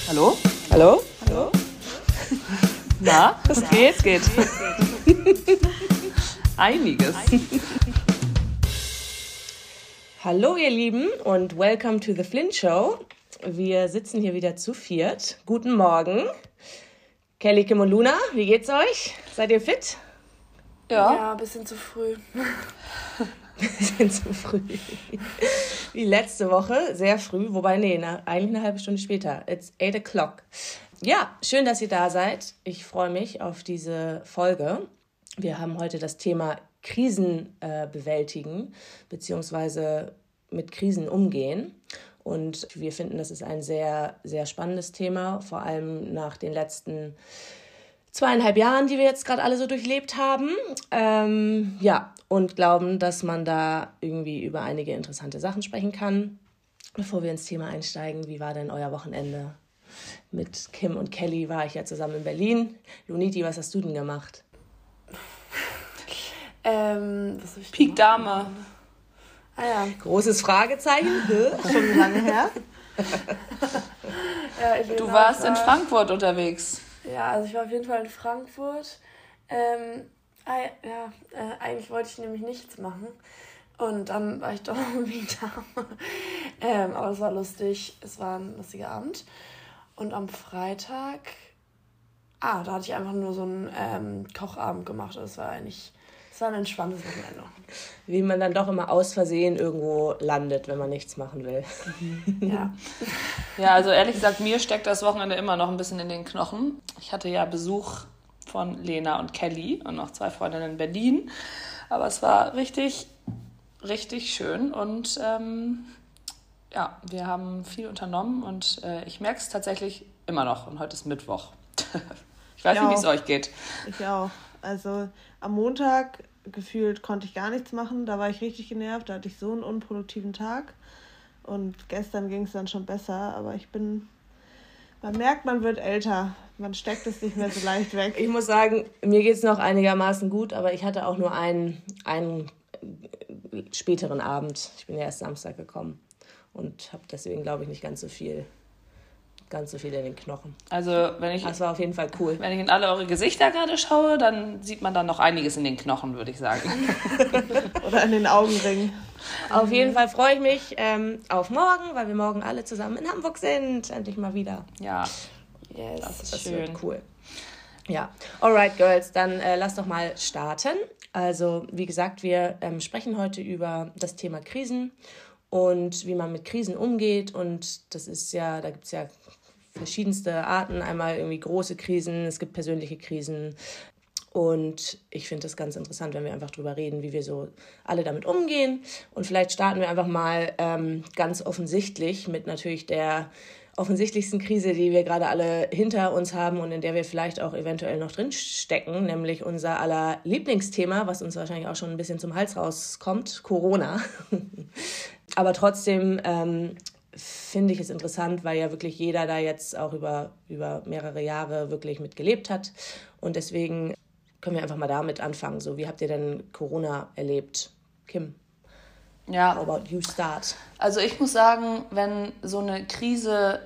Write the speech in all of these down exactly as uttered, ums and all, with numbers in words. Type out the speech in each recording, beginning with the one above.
Hallo? Hallo? Hallo? Na, es geht, es geht. Einiges. Hallo ihr Lieben und welcome to the Flint Show. Wir sitzen hier wieder zu viert. Guten Morgen. Kelly, Kim und Luna, wie geht's euch? Seid ihr fit? Ja, ja, ein bisschen zu früh. Ein bisschen zu früh. Wie letzte Woche, sehr früh, wobei, nee, na, eigentlich eine halbe Stunde später. It's eight o'clock. Ja, schön, dass ihr da seid. Ich freue mich auf diese Folge. Wir haben heute das Thema Krisen äh, bewältigen, beziehungsweise mit Krisen umgehen. Und wir finden, das ist ein sehr, sehr spannendes Thema, vor allem nach den letzten zweieinhalb Jahren, die wir jetzt gerade alle so durchlebt haben. Ähm, ja, und glauben, dass man da irgendwie über einige interessante Sachen sprechen kann. Bevor wir ins Thema einsteigen, wie war denn euer Wochenende? Mit Kim und Kelly war ich ja zusammen in Berlin. Luniti, was hast du denn gemacht? Ähm, was hab ich Peak gemacht? Dame. Ah ja. Großes Fragezeichen. Schon wie lange her? ja ich bin Du auch warst da. in Frankfurt unterwegs. Ja, also ich war auf jeden Fall in Frankfurt. Ähm, ah, ja, äh, eigentlich wollte ich nämlich nichts machen. Und dann war ich doch irgendwie da. ähm, aber es war lustig. Es war ein lustiger Abend. Und am Freitag, ah, da hatte ich einfach nur so einen ähm, Kochabend gemacht. Das war eigentlich, das war ein entspanntes Wochenende. Wie man dann doch immer aus Versehen irgendwo landet, wenn man nichts machen will. Ja. Ja, also ehrlich gesagt, mir steckt das Wochenende immer noch ein bisschen in den Knochen. Ich hatte ja Besuch von Lena und Kelly und noch zwei Freundinnen in Berlin. Aber es war richtig, richtig schön und ähm, ja, wir haben viel unternommen und äh, ich merke es tatsächlich immer noch und heute ist Mittwoch. Ich weiß Ich nicht, wie es auch. euch geht. Ich auch. Also am Montag gefühlt konnte ich gar nichts machen. Da war ich richtig genervt. Da hatte ich so einen unproduktiven Tag. Und gestern ging es dann schon besser. Aber ich bin... Man merkt, man wird älter. Man steckt es nicht mehr so leicht weg. Ich muss sagen, mir geht es noch einigermaßen gut, aber ich hatte auch nur einen, einen späteren Abend. Ich bin ja erst Samstag gekommen und habe deswegen, glaube ich, nicht ganz so viel, ganz so viel in den Knochen. Also wenn ich, Das war auf jeden Fall cool. wenn ich in alle eure Gesichter gerade schaue, dann sieht man dann noch einiges in den Knochen, würde ich sagen. Oder in den Augenringen. Auf jeden Fall freue ich mich ähm, auf morgen, weil wir morgen alle zusammen in Hamburg sind. Endlich mal wieder. Ja, Yes. das ist Das schön. wird cool. Ja, alright, Girls, dann äh, lass doch mal starten. Also, wie gesagt, wir ähm, sprechen heute über das Thema Krisen und wie man mit Krisen umgeht. Und das ist ja, da gibt es ja verschiedenste Arten. Einmal irgendwie große Krisen, es gibt persönliche Krisen. Und ich finde es ganz interessant, wenn wir einfach drüber reden, wie wir so alle damit umgehen. Und vielleicht starten wir einfach mal ähm, ganz offensichtlich mit natürlich der offensichtlichsten Krise, die wir gerade alle hinter uns haben und in der wir vielleicht auch eventuell noch drin stecken, nämlich unser aller Lieblingsthema, was uns wahrscheinlich auch schon ein bisschen zum Hals rauskommt, Corona. Aber trotzdem ähm, finde ich es interessant, weil ja wirklich jeder da jetzt auch über, über mehrere Jahre wirklich mit gelebt hat. Und deswegen können wir einfach mal damit anfangen. So, wie habt ihr denn Corona erlebt? Kim, Ja, how about you start? also ich muss sagen, wenn so eine Krise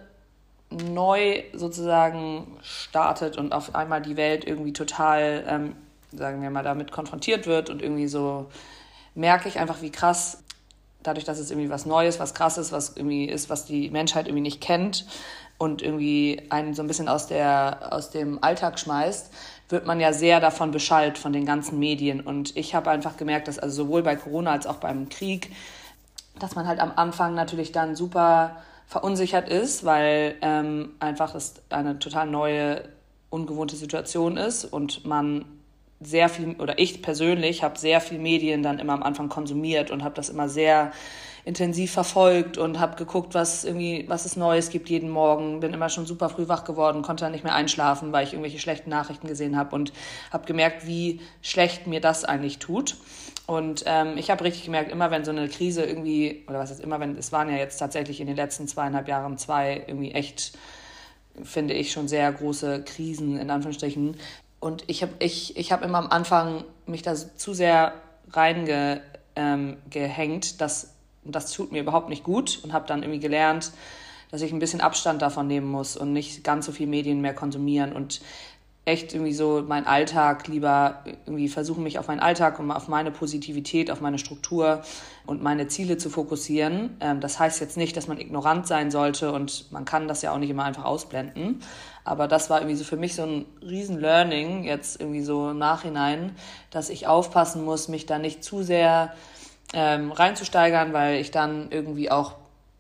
neu sozusagen startet und auf einmal die Welt irgendwie total, ähm, sagen wir mal, damit konfrontiert wird und irgendwie so, merke ich einfach, wie krass, dadurch, dass es irgendwie was Neues, was Krasses, was irgendwie ist, was die Menschheit irgendwie nicht kennt und irgendwie einen so ein bisschen aus der, aus dem Alltag schmeißt, wird man ja sehr davon beschallt, von den ganzen Medien. Und ich habe einfach gemerkt, dass also sowohl bei Corona als auch beim Krieg, dass man halt am Anfang natürlich dann super verunsichert ist, weil ähm, einfach es eine total neue, ungewohnte Situation ist und man sehr viel, oder ich persönlich habe sehr viel Medien dann immer am Anfang konsumiert und habe das immer sehr intensiv verfolgt und habe geguckt, was irgendwie, was es Neues gibt jeden Morgen. Bin immer schon super früh wach geworden, konnte dann nicht mehr einschlafen, weil ich irgendwelche schlechten Nachrichten gesehen habe und habe gemerkt, wie schlecht mir das eigentlich tut. Und ähm, ich habe richtig gemerkt, immer wenn so eine Krise irgendwie, oder was jetzt immer, wenn, es waren ja jetzt tatsächlich in den letzten zweieinhalb Jahren zwei irgendwie echt, finde ich, schon sehr große Krisen, in Anführungsstrichen. Und ich habe ich, ich hab immer am Anfang mich da zu sehr reingehängt, ähm, gehängt, dass das tut mir überhaupt nicht gut und habe dann irgendwie gelernt, dass ich ein bisschen Abstand davon nehmen muss und nicht ganz so viel Medien mehr konsumieren und echt irgendwie so meinen Alltag lieber irgendwie versuchen, mich auf meinen Alltag und auf meine Positivität, auf meine Struktur und meine Ziele zu fokussieren. Ähm, das heißt jetzt nicht, dass man ignorant sein sollte und man kann das ja auch nicht immer einfach ausblenden. Aber das war irgendwie so für mich so ein riesen Learning jetzt irgendwie so im Nachhinein, dass ich aufpassen muss, mich da nicht zu sehr ähm, reinzusteigern, weil ich dann irgendwie auch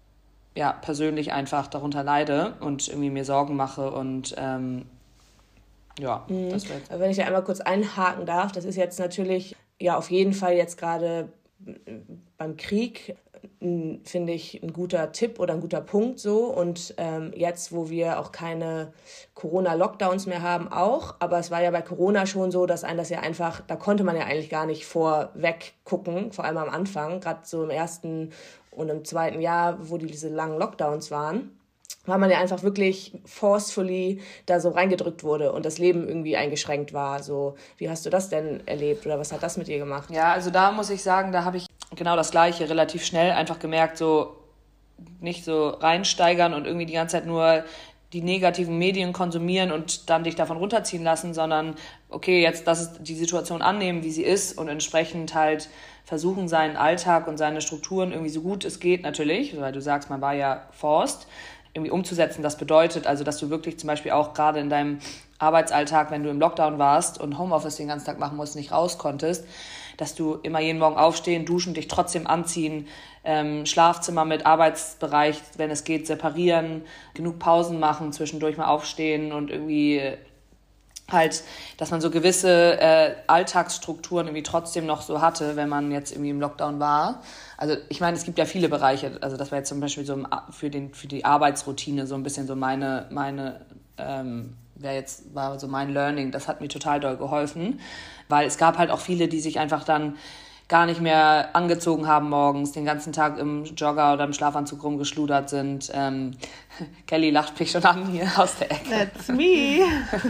ja persönlich einfach darunter leide und irgendwie mir Sorgen mache und ähm, ja, Mhm. das wäre jetzt. Wenn ich da einmal kurz einhaken darf, das ist jetzt natürlich ja auf jeden Fall jetzt gerade beim Krieg, m, finde ich, ein guter Tipp oder ein guter Punkt so. Und ähm, jetzt, wo wir auch keine Corona-Lockdowns mehr haben, auch. Aber es war ja bei Corona schon so, dass einen das ja einfach, da konnte man ja eigentlich gar nicht vorweg gucken, vor allem am Anfang, gerade so im ersten und im zweiten Jahr, wo die diese langen Lockdowns waren, weil man ja einfach wirklich forcefully da so reingedrückt wurde und das Leben irgendwie eingeschränkt war. So, wie hast du das denn erlebt oder was hat das mit dir gemacht? Ja, also da muss ich sagen, da habe ich genau das Gleiche relativ schnell einfach gemerkt, so nicht so reinsteigern und irgendwie die ganze Zeit nur die negativen Medien konsumieren und dann dich davon runterziehen lassen, sondern okay, jetzt das ist die Situation annehmen, wie sie ist und entsprechend halt versuchen, seinen Alltag und seine Strukturen irgendwie so gut es geht natürlich, weil du sagst, man war ja forced, irgendwie umzusetzen. Das bedeutet also, dass du wirklich zum Beispiel auch gerade in deinem Arbeitsalltag, wenn du im Lockdown warst und Homeoffice den ganzen Tag machen musst, nicht raus konntest, dass du immer jeden Morgen aufstehen, duschen, dich trotzdem anziehen, ähm, Schlafzimmer mit Arbeitsbereich, wenn es geht, separieren, genug Pausen machen, zwischendurch mal aufstehen und irgendwie halt, dass man so gewisse äh, Alltagsstrukturen irgendwie trotzdem noch so hatte, wenn man jetzt irgendwie im Lockdown war. Also ich meine, es gibt ja viele Bereiche, also das war jetzt zum Beispiel so im, für, den, für die Arbeitsroutine so ein bisschen so meine, meine ähm, wäre jetzt, war so mein Learning, das hat mir total doll geholfen, weil es gab halt auch viele, die sich einfach dann gar nicht mehr angezogen haben morgens, den ganzen Tag im Jogger oder im Schlafanzug rumgeschludert sind. Ähm, Kelly lacht mich schon an hier aus der Ecke. That's me.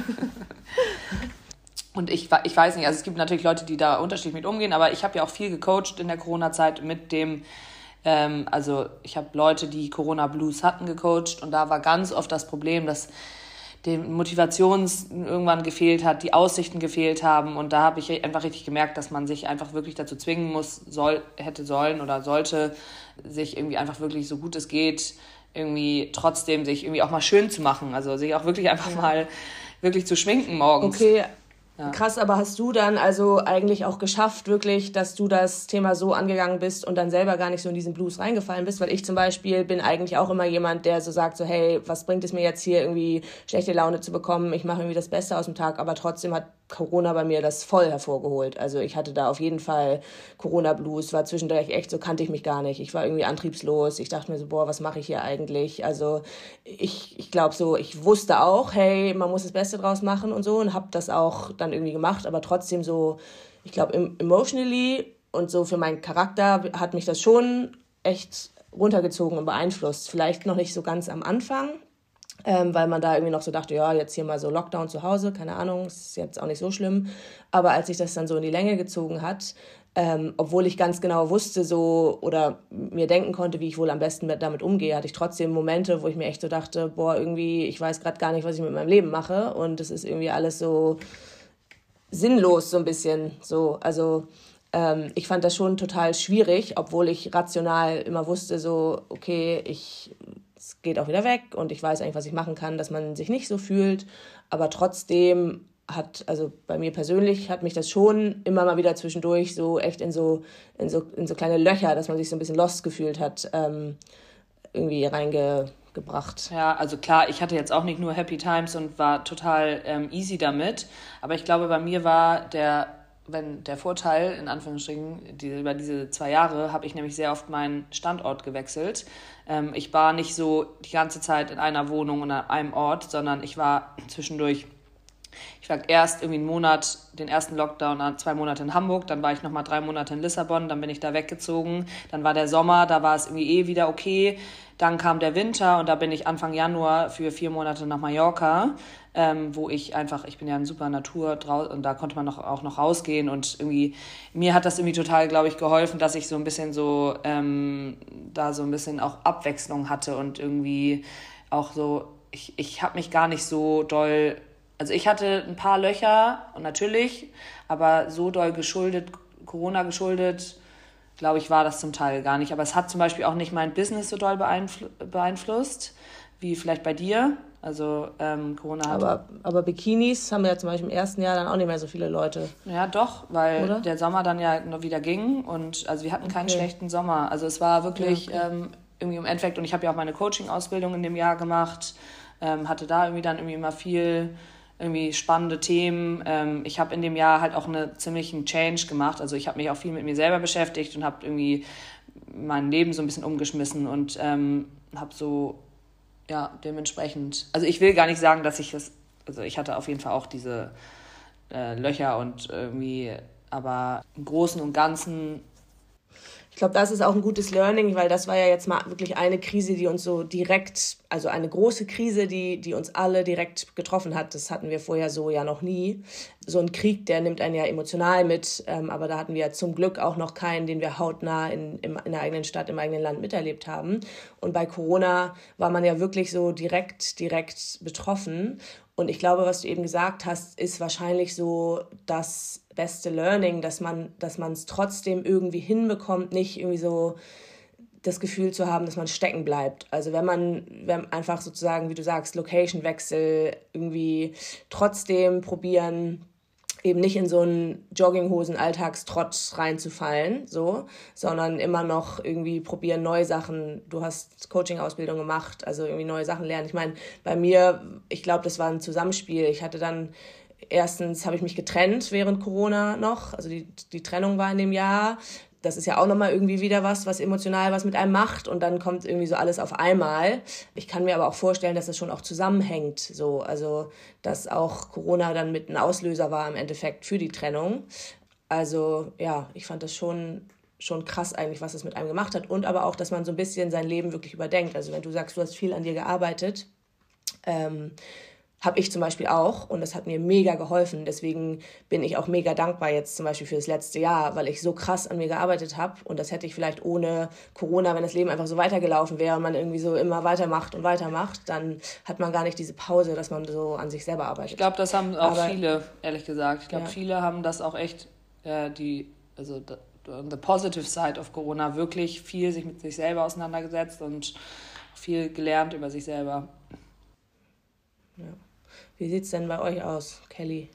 Und ich, ich weiß nicht, also es gibt natürlich Leute, die da unterschiedlich mit umgehen, aber ich habe ja auch viel gecoacht in der Corona-Zeit mit dem, ähm, also ich habe Leute, die Corona-Blues hatten, gecoacht und da war ganz oft das Problem, dass dem Motivations irgendwann gefehlt hat, die Aussichten gefehlt haben und da habe ich einfach richtig gemerkt, dass man sich einfach wirklich dazu zwingen muss, soll, hätte sollen oder sollte, sich irgendwie einfach wirklich so gut es geht, irgendwie trotzdem sich irgendwie auch mal schön zu machen, also sich auch wirklich einfach mal wirklich zu schminken morgens. Okay, ja. Krass, aber hast du dann also eigentlich auch geschafft, wirklich, dass du das Thema so angegangen bist und dann selber gar nicht so in diesen Blues reingefallen bist? Weil ich zum Beispiel bin eigentlich auch immer jemand, der so sagt, so hey, was bringt es mir jetzt hier irgendwie schlechte Laune zu bekommen? Ich mache irgendwie das Beste aus dem Tag, aber trotzdem hat Corona bei mir das voll hervorgeholt. Also ich hatte da auf jeden Fall Corona-Blues, war zwischendurch echt, so kannte ich mich gar nicht. Ich war irgendwie antriebslos. Ich dachte mir so, boah, was mache ich hier eigentlich? Also ich, ich glaube so, ich wusste auch, hey, man muss das Beste draus machen und so und habe das auch dann irgendwie gemacht, aber trotzdem so, ich glaube, emotionally und so für meinen Charakter hat mich das schon echt runtergezogen und beeinflusst. Vielleicht noch nicht so ganz am Anfang, ähm, weil man da irgendwie noch so dachte, ja, jetzt hier mal so Lockdown zu Hause, keine Ahnung, ist jetzt auch nicht so schlimm. Aber als sich das dann so in die Länge gezogen hat, ähm, obwohl ich ganz genau wusste so oder mir denken konnte, wie ich wohl am besten mit, damit umgehe, hatte ich trotzdem Momente, wo ich mir echt so dachte, boah, irgendwie, ich weiß gerade gar nicht, was ich mit meinem Leben mache und es ist irgendwie alles so sinnlos so ein bisschen so, also ähm, ich fand das schon total schwierig, obwohl ich rational immer wusste so, okay, ich, es geht auch wieder weg und ich weiß eigentlich, was ich machen kann, dass man sich nicht so fühlt, aber trotzdem hat, also bei mir persönlich hat mich das schon immer mal wieder zwischendurch so echt in so, in so, in so kleine Löcher, dass man sich so ein bisschen lost gefühlt hat, ähm, irgendwie reinge gebracht. Ja, also klar, ich hatte jetzt auch nicht nur Happy Times und war total ähm, easy damit, aber ich glaube, bei mir war der, wenn der Vorteil, in Anführungsstrichen, die, über diese zwei Jahre habe ich nämlich sehr oft meinen Standort gewechselt. Ähm, ich war nicht so die ganze Zeit in einer Wohnung und an einem Ort, sondern ich war zwischendurch Ich war erst irgendwie einen Monat, den ersten Lockdown, zwei Monate in Hamburg, dann war ich nochmal drei Monate in Lissabon, dann bin ich da weggezogen. Dann war der Sommer, da war es irgendwie eh wieder okay. Dann kam der Winter und da bin ich Anfang Januar für vier Monate nach Mallorca, ähm, wo ich einfach, ich bin ja in super Natur draußen und da konnte man noch, auch noch rausgehen und irgendwie, mir hat das irgendwie total, glaube ich, geholfen, dass ich so ein bisschen so, ähm, da so ein bisschen auch Abwechslung hatte und irgendwie auch so, ich, ich habe mich gar nicht so doll, also ich hatte ein paar Löcher und natürlich, aber so doll geschuldet, Corona geschuldet, glaube ich, war das zum Teil gar nicht. Aber es hat zum Beispiel auch nicht mein Business so doll beeinflu- beeinflusst, wie vielleicht bei dir. Also ähm, Corona hat... Aber, aber Bikinis haben ja zum Beispiel im ersten Jahr dann auch nicht mehr so viele Leute. Ja, doch, weil Oder? der Sommer dann ja noch wieder ging und also wir hatten keinen Okay. schlechten Sommer. Also es war wirklich Ja, okay. ähm, irgendwie im Endeffekt, und ich habe ja auch meine Coaching-Ausbildung in dem Jahr gemacht, ähm, hatte da irgendwie dann irgendwie immer viel... irgendwie spannende Themen. Ähm, ich habe in dem Jahr halt auch einen ziemlichen Change gemacht. Also ich habe mich auch viel mit mir selber beschäftigt und habe irgendwie mein Leben so ein bisschen umgeschmissen und ähm, habe so, ja, dementsprechend... Also ich will gar nicht sagen, dass ich das... Also ich hatte auf jeden Fall auch diese äh, Löcher und irgendwie... Aber im Großen und Ganzen... Ich glaube, das ist auch ein gutes Learning, weil das war ja jetzt mal wirklich eine Krise, die uns so direkt, also eine große Krise, die, die uns alle direkt getroffen hat. Das hatten wir vorher so ja noch nie. So ein Krieg, der nimmt einen ja emotional mit, ähm, aber da hatten wir zum Glück auch noch keinen, den wir hautnah in, in, in der eigenen Stadt, im eigenen Land miterlebt haben. Und bei Corona war man ja wirklich so direkt, direkt betroffen. Und ich glaube, was du eben gesagt hast, ist wahrscheinlich so das beste Learning, dass man, dass man es trotzdem irgendwie hinbekommt, nicht irgendwie so das Gefühl zu haben, dass man stecken bleibt. Also wenn man, wenn einfach sozusagen, wie du sagst, Location-Wechsel, irgendwie trotzdem probieren, eben nicht in so einen Jogginghosen-Alltagstrott reinzufallen, so, sondern immer noch irgendwie probieren, neue Sachen. Du hast Coaching-Ausbildung gemacht, also irgendwie neue Sachen lernen. Ich meine, bei mir, ich glaube, das war ein Zusammenspiel. Ich hatte dann, erstens habe ich mich getrennt während Corona noch, also die, die Trennung war in dem Jahr. Das ist ja auch nochmal irgendwie wieder was, was emotional was mit einem macht und dann kommt irgendwie so alles auf einmal. Ich kann mir aber auch vorstellen, dass das schon auch zusammenhängt, so, also dass auch Corona dann mit ein Auslöser war im Endeffekt für die Trennung. Also ja, ich fand das schon, schon krass eigentlich, was es mit einem gemacht hat und aber auch, dass man so ein bisschen sein Leben wirklich überdenkt. Also wenn du sagst, du hast viel an dir gearbeitet, ähm, habe ich zum Beispiel auch und das hat mir mega geholfen. Deswegen bin ich auch mega dankbar jetzt zum Beispiel für das letzte Jahr, weil ich so krass an mir gearbeitet habe und das hätte ich vielleicht ohne Corona, wenn das Leben einfach so weitergelaufen wäre und man irgendwie so immer weitermacht und weitermacht, dann hat man gar nicht diese Pause, dass man so an sich selber arbeitet. Ich glaube, das haben auch Aber, viele, ehrlich gesagt. Ich glaube, ja. viele haben das auch echt, äh, die, also the positive side of Corona, wirklich viel sich mit sich selber auseinandergesetzt und viel gelernt über sich selber. Ja. Wie sieht es denn bei euch aus, Kelly?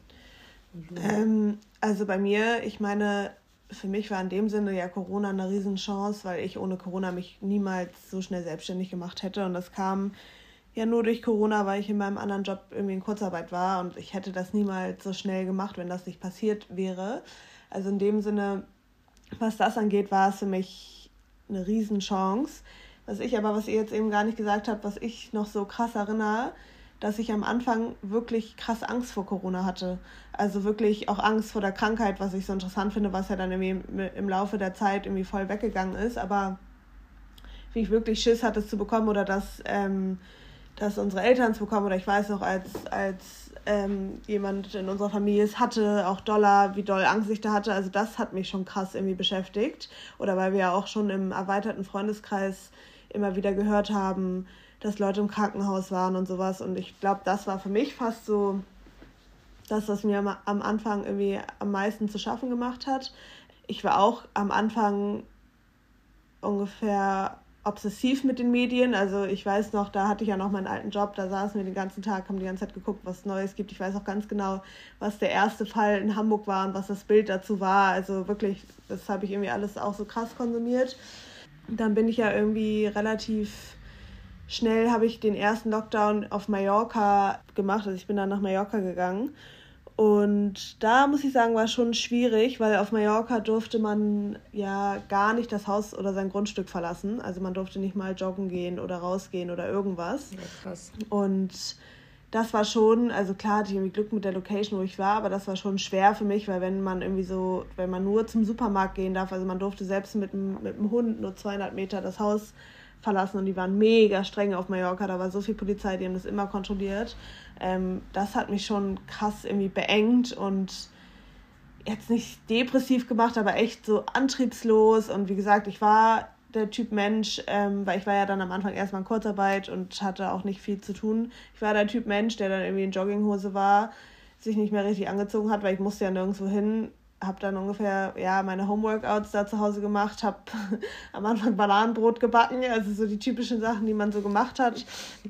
Ähm, also bei mir, ich meine, für mich war in dem Sinne ja Corona eine Riesenchance, weil ich ohne Corona mich niemals so schnell selbstständig gemacht hätte. Und das kam ja nur durch Corona, weil ich in meinem anderen Job irgendwie in Kurzarbeit war. Und ich hätte das niemals so schnell gemacht, wenn das nicht passiert wäre. Also in dem Sinne, was das angeht, war es für mich eine Riesenchance. Was ich aber, was ihr jetzt eben gar nicht gesagt habt, was ich noch so krass erinnere, dass ich am Anfang wirklich krass Angst vor Corona hatte. Also wirklich auch Angst vor der Krankheit, was ich so interessant finde, was ja dann irgendwie im Laufe der Zeit irgendwie voll weggegangen ist. Aber wie ich wirklich Schiss hatte, es zu bekommen oder dass, ähm, dass unsere Eltern es bekommen oder ich weiß noch, als, als ähm, jemand in unserer Familie es hatte, auch doller, wie doll Angst ich da hatte. Also das hat mich schon krass irgendwie beschäftigt. Oder weil wir ja auch schon im erweiterten Freundeskreis immer wieder gehört haben, dass Leute im Krankenhaus waren und sowas. Und ich glaube, das war für mich fast so das, was mir am Anfang irgendwie am meisten zu schaffen gemacht hat. Ich war auch am Anfang ungefähr obsessiv mit den Medien. Also ich weiß noch, da hatte ich ja noch meinen alten Job, da saßen wir den ganzen Tag, haben die ganze Zeit geguckt, was Neues gibt. Ich weiß auch ganz genau, was der erste Fall in Hamburg war und was das Bild dazu war. Also wirklich, das habe ich irgendwie alles auch so krass konsumiert. Dann bin ich ja irgendwie relativ schnell habe ich den ersten Lockdown auf Mallorca gemacht. Also ich bin dann nach Mallorca gegangen. Und da muss ich sagen, war es schon schwierig, weil auf Mallorca durfte man ja gar nicht das Haus oder sein Grundstück verlassen. Also man durfte nicht mal joggen gehen oder rausgehen oder irgendwas. Ja, krass. Und das war schon, also klar hatte ich irgendwie Glück mit der Location, wo ich war, aber das war schon schwer für mich, weil wenn man irgendwie so, wenn man nur zum Supermarkt gehen darf, also man durfte selbst mit dem, mit dem Hund nur zweihundert Meter das Haus verlassen und die waren mega streng auf Mallorca, da war so viel Polizei, die haben das immer kontrolliert. Ähm, das hat mich schon krass irgendwie beengt und jetzt nicht depressiv gemacht, aber echt so antriebslos und wie gesagt, ich war der Typ Mensch, ähm, weil ich war ja dann am Anfang erstmal in Kurzarbeit und hatte auch nicht viel zu tun. Ich war der Typ Mensch, der dann irgendwie in Jogginghose war, sich nicht mehr richtig angezogen hat, weil ich musste ja nirgendwo hin. Habe dann ungefähr ja meine Homeworkouts da zu Hause gemacht, habe am Anfang Bananenbrot gebacken, also so die typischen Sachen, die man so gemacht hat.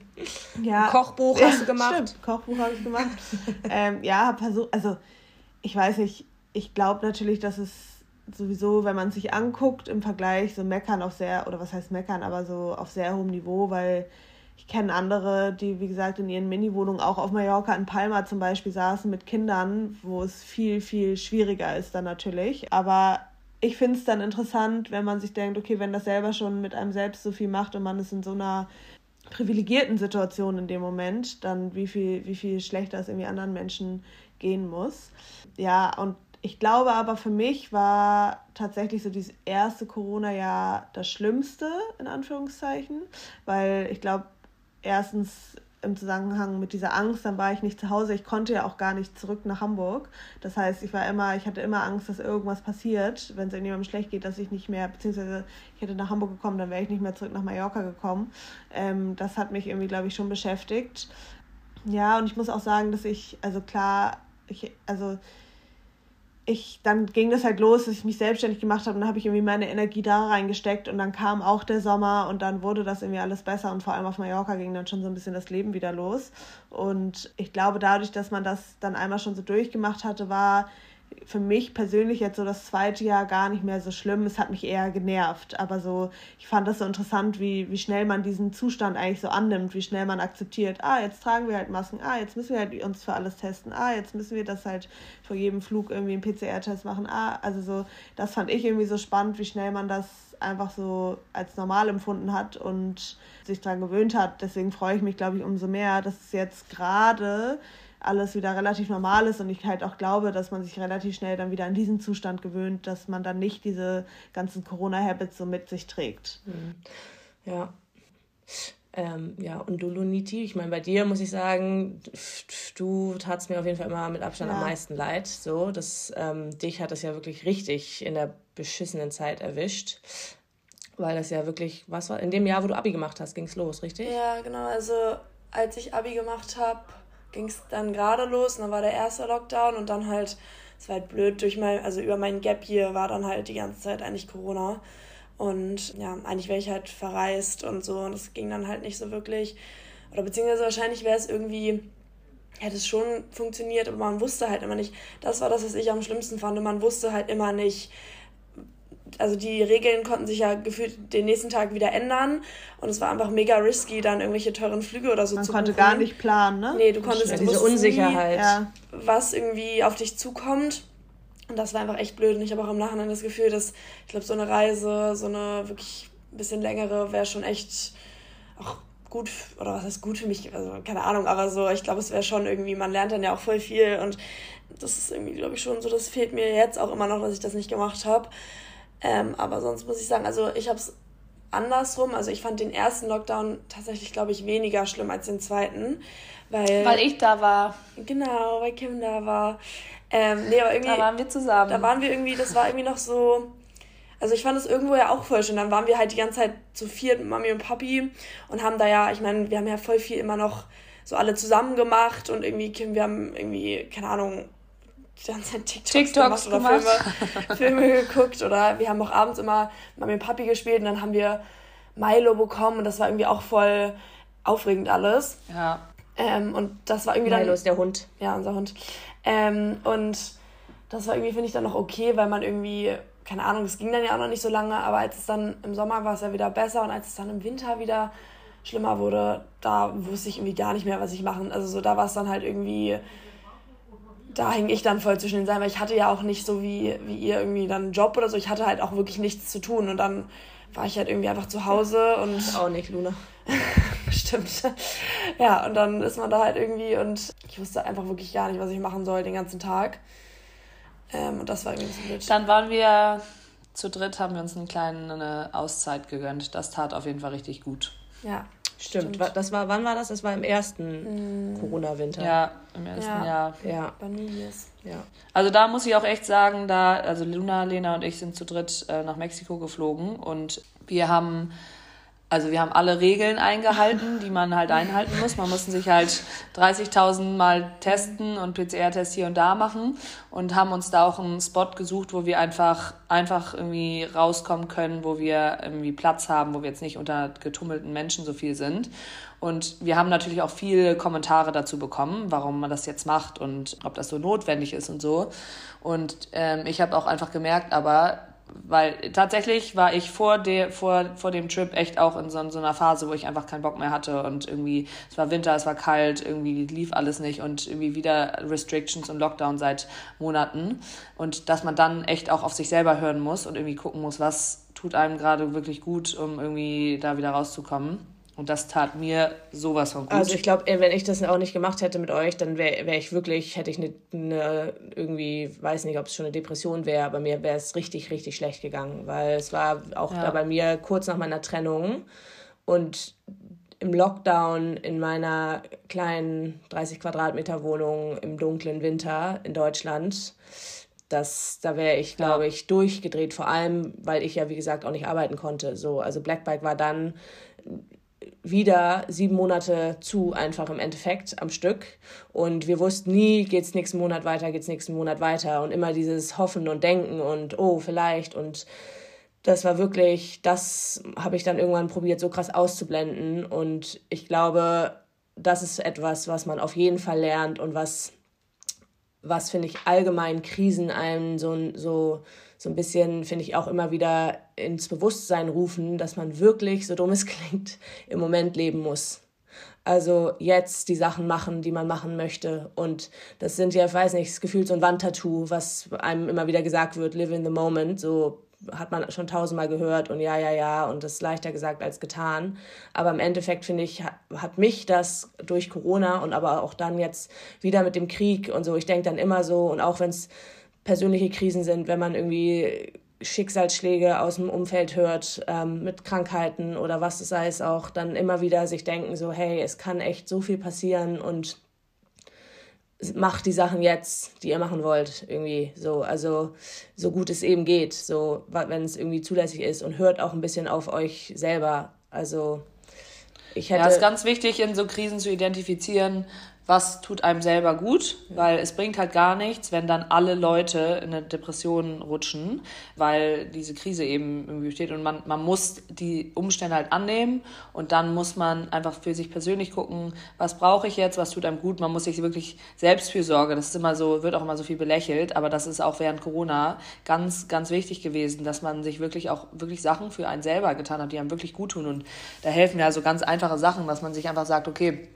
Ja, Kochbuch ja, hast du gemacht? Stimmt, Kochbuch habe ich gemacht. ähm, ja, habe versucht, also ich weiß nicht, ich glaube natürlich, dass es sowieso, wenn man sich anguckt, im Vergleich so meckern auf sehr, oder was heißt meckern, aber so auf sehr hohem Niveau, weil ich kenne andere, die, wie gesagt, in ihren Mini-Wohnungen auch auf Mallorca, in Palma zum Beispiel, saßen mit Kindern, wo es viel, viel schwieriger ist dann natürlich. Aber ich finde es dann interessant, wenn man sich denkt, okay, wenn das selber schon mit einem selbst so viel macht und man ist in so einer privilegierten Situation in dem Moment, dann wie viel, wie viel schlechter es irgendwie anderen Menschen gehen muss. Ja, und ich glaube aber, für mich war tatsächlich so dieses erste Corona-Jahr das Schlimmste, in Anführungszeichen, weil ich glaube, erstens im Zusammenhang mit dieser Angst, dann war ich nicht zu Hause, ich konnte ja auch gar nicht zurück nach Hamburg. Das heißt, ich war immer, ich hatte immer Angst, dass irgendwas passiert, wenn es irgendjemandem schlecht geht, dass ich nicht mehr, beziehungsweise ich hätte nach Hamburg gekommen, dann wäre ich nicht mehr zurück nach Mallorca gekommen. Ähm, das hat mich irgendwie, glaube ich, schon beschäftigt. Ja, und ich muss auch sagen, dass ich, also klar, ich, also ich, dann ging das halt los, dass ich mich selbstständig gemacht habe und dann habe ich irgendwie meine Energie da reingesteckt und dann kam auch der Sommer und dann wurde das irgendwie alles besser und vor allem auf Mallorca ging dann schon so ein bisschen das Leben wieder los und ich glaube, dadurch, dass man das dann einmal schon so durchgemacht hatte, war für mich persönlich jetzt so das zweite Jahr gar nicht mehr so schlimm. Es hat mich eher genervt, aber so, ich fand das so interessant, wie, wie schnell man diesen Zustand eigentlich so annimmt, wie schnell man akzeptiert, ah, jetzt tragen wir halt Masken, ah, jetzt müssen wir halt uns für alles testen, ah, jetzt müssen wir das halt vor jedem Flug irgendwie einen P C R-Test machen, ah, also so, das fand ich irgendwie so spannend, wie schnell man das einfach so als normal empfunden hat und sich daran gewöhnt hat. Deswegen freue ich mich, glaube ich, umso mehr, dass es jetzt gerade alles wieder relativ normal ist und ich halt auch glaube, dass man sich relativ schnell dann wieder an diesen Zustand gewöhnt, dass man dann nicht diese ganzen Corona-Habits so mit sich trägt. Ja. Ähm, ja, und du, Luniti, ich meine, bei dir muss ich sagen, du tatst mir auf jeden Fall immer mit Abstand ja. am meisten leid. So, das, ähm, dich hat das ja wirklich richtig in der beschissenen Zeit erwischt. Weil das ja wirklich, was war, in dem Jahr, wo du Abi gemacht hast, ging es los, richtig? Ja, genau, also als ich Abi gemacht habe, ging es dann gerade los und dann war der erste Lockdown und dann halt, es war halt blöd, durch mein, also über mein Gap Year war dann halt die ganze Zeit eigentlich Corona und ja, eigentlich wäre ich halt verreist und so und das ging dann halt nicht so wirklich oder beziehungsweise wahrscheinlich wäre es irgendwie, hätte es schon funktioniert, aber man wusste halt immer nicht, das war das, was ich am schlimmsten fand, man wusste halt immer nicht, also die Regeln konnten sich ja gefühlt den nächsten Tag wieder ändern und es war einfach mega risky, dann irgendwelche teuren Flüge oder so Man zu konnte buchen. gar nicht planen, ne? Nee, du konntest ja, du diese Unsicherheit. Nie, Ja. was irgendwie auf dich zukommt. Und das war einfach echt blöd. Und ich habe auch im Nachhinein das Gefühl, dass, ich glaube, so eine Reise, so eine wirklich ein bisschen längere, wäre schon echt auch gut, oder was heißt gut für mich, also keine Ahnung, aber so, ich glaube, es wäre schon irgendwie, man lernt dann ja auch voll viel und das ist irgendwie, glaube ich, schon so, das fehlt mir jetzt auch immer noch, dass ich das nicht gemacht habe. Ähm, aber sonst muss ich sagen, also ich habe es andersrum, also ich fand den ersten Lockdown tatsächlich, glaube ich, weniger schlimm als den zweiten, weil... Weil ich da war. Genau, weil Kim da war. Ähm, nee, aber irgendwie... Da waren wir zusammen. Da waren wir irgendwie, das war irgendwie noch so... Also ich fand es irgendwo ja auch voll schön. Dann waren wir halt die ganze Zeit zu viert mit Mami und Papi und haben da ja, ich meine, wir haben ja voll viel immer noch so alle zusammen gemacht und irgendwie, Kim, wir haben irgendwie, keine Ahnung... die ganze Zeit TikToks, TikToks gemacht oder gemacht. Filme, Filme geguckt oder wir haben auch abends immer Mami und Papi gespielt und dann haben wir Milo bekommen und das war irgendwie auch voll aufregend alles. Ja. Ähm, und das war irgendwie dann... Milo ist der Hund. Ja, unser Hund. Ähm, und das war irgendwie, finde ich, dann noch okay, weil man irgendwie, keine Ahnung, es ging dann ja auch noch nicht so lange, aber als es dann im Sommer war es ja wieder besser und als es dann im Winter wieder schlimmer wurde, da wusste ich irgendwie gar nicht mehr, was ich machen. Also so, da war es dann halt irgendwie... Da hing ich dann voll zwischen den Seilen, weil ich hatte ja auch nicht so wie, wie ihr irgendwie dann einen Job oder so. Ich hatte halt auch wirklich nichts zu tun und dann war ich halt irgendwie einfach zu Hause und... Auch nicht, Luna. Stimmt. Ja, und dann ist man da halt irgendwie und ich wusste einfach wirklich gar nicht, was ich machen soll den ganzen Tag. Ähm, und das war irgendwie so blöd. Dann waren wir zu dritt, haben wir uns eine kleine Auszeit gegönnt. Das tat auf jeden Fall richtig gut. Ja. Stimmt. Stimmt. Das war, wann war das? Das war im ersten mm. Corona-Winter. Ja, im ersten ja. Jahr. Ja. Bei New Year's. Ja. Also da muss ich auch echt sagen, da, also Luna, Lena und ich sind zu dritt äh, nach Mexiko geflogen und wir haben, also wir haben alle Regeln eingehalten, die man halt einhalten muss. Man musste sich halt dreißigtausend Mal testen und P C R-Test hier und da machen und haben uns da auch einen Spot gesucht, wo wir einfach, einfach irgendwie rauskommen können, wo wir irgendwie Platz haben, wo wir jetzt nicht unter getummelten Menschen so viel sind. Und wir haben natürlich auch viele Kommentare dazu bekommen, warum man das jetzt macht und ob das so notwendig ist und so. Und ähm, ich habe auch einfach gemerkt, aber weil tatsächlich war ich vor, der, vor, vor dem Trip echt auch in so, so einer Phase, wo ich einfach keinen Bock mehr hatte und irgendwie, es war Winter, es war kalt, irgendwie lief alles nicht und irgendwie wieder Restrictions und Lockdown seit Monaten und dass man dann echt auch auf sich selber hören muss und irgendwie gucken muss, was tut einem gerade wirklich gut, um irgendwie da wieder rauszukommen. Und das tat mir sowas von gut. Also ich glaube, wenn ich das auch nicht gemacht hätte mit euch, dann wäre wär ich wirklich, hätte ich eine, eine irgendwie, weiß nicht, ob es schon eine Depression wäre, aber mir wäre es richtig, richtig schlecht gegangen, weil es war auch ja. da bei mir kurz nach meiner Trennung und im Lockdown in meiner kleinen dreißig Quadratmeter Wohnung im dunklen Winter in Deutschland, das, da wäre ich, glaube ja. ich, durchgedreht, vor allem, weil ich ja, wie gesagt, auch nicht arbeiten konnte. So, also Black Bike war dann wieder sieben Monate zu, einfach im Endeffekt am Stück. Und wir wussten nie, geht's nächsten Monat weiter, geht's nächsten Monat weiter. Und immer dieses Hoffen und Denken und oh, vielleicht. Und das war wirklich, das habe ich dann irgendwann probiert, so krass auszublenden. Und ich glaube, das ist etwas, was man auf jeden Fall lernt und was, was finde ich, allgemein Krisen einem so, so, so ein bisschen, finde ich, auch immer wieder ins Bewusstsein rufen, dass man wirklich, so dumm es klingt, im Moment leben muss. Also jetzt die Sachen machen, die man machen möchte. Und das sind ja, ich weiß nicht, das Gefühl so ein Wandtattoo, was einem immer wieder gesagt wird, live in the moment, so hat man schon tausendmal gehört und ja, ja, ja und das ist leichter gesagt als getan. Aber im Endeffekt, finde ich, hat mich das durch Corona und aber auch dann jetzt wieder mit dem Krieg und so, ich denke dann immer so und auch wenn es persönliche Krisen sind, wenn man irgendwie Schicksalsschläge aus dem Umfeld hört, ähm, mit Krankheiten oder was es sei es auch, dann immer wieder sich denken so, hey, es kann echt so viel passieren und macht die Sachen jetzt, die ihr machen wollt, irgendwie so, also so gut es eben geht, so wenn es irgendwie zulässig ist und hört auch ein bisschen auf euch selber, also ich hätte... Ja, es ist ganz wichtig, in so Krisen zu identifizieren, was tut einem selber gut, weil es bringt halt gar nichts, wenn dann alle Leute in eine Depression rutschen, weil diese Krise eben irgendwie besteht und man, man muss die Umstände halt annehmen und dann muss man einfach für sich persönlich gucken, was brauche ich jetzt, was tut einem gut, man muss sich wirklich Selbstfürsorge, das ist immer so, wird auch immer so viel belächelt, aber das ist auch während Corona ganz, ganz wichtig gewesen, dass man sich wirklich auch wirklich Sachen für einen selber getan hat, die einem wirklich gut tun und da helfen ja so ganz einfache Sachen, dass man sich einfach sagt, okay,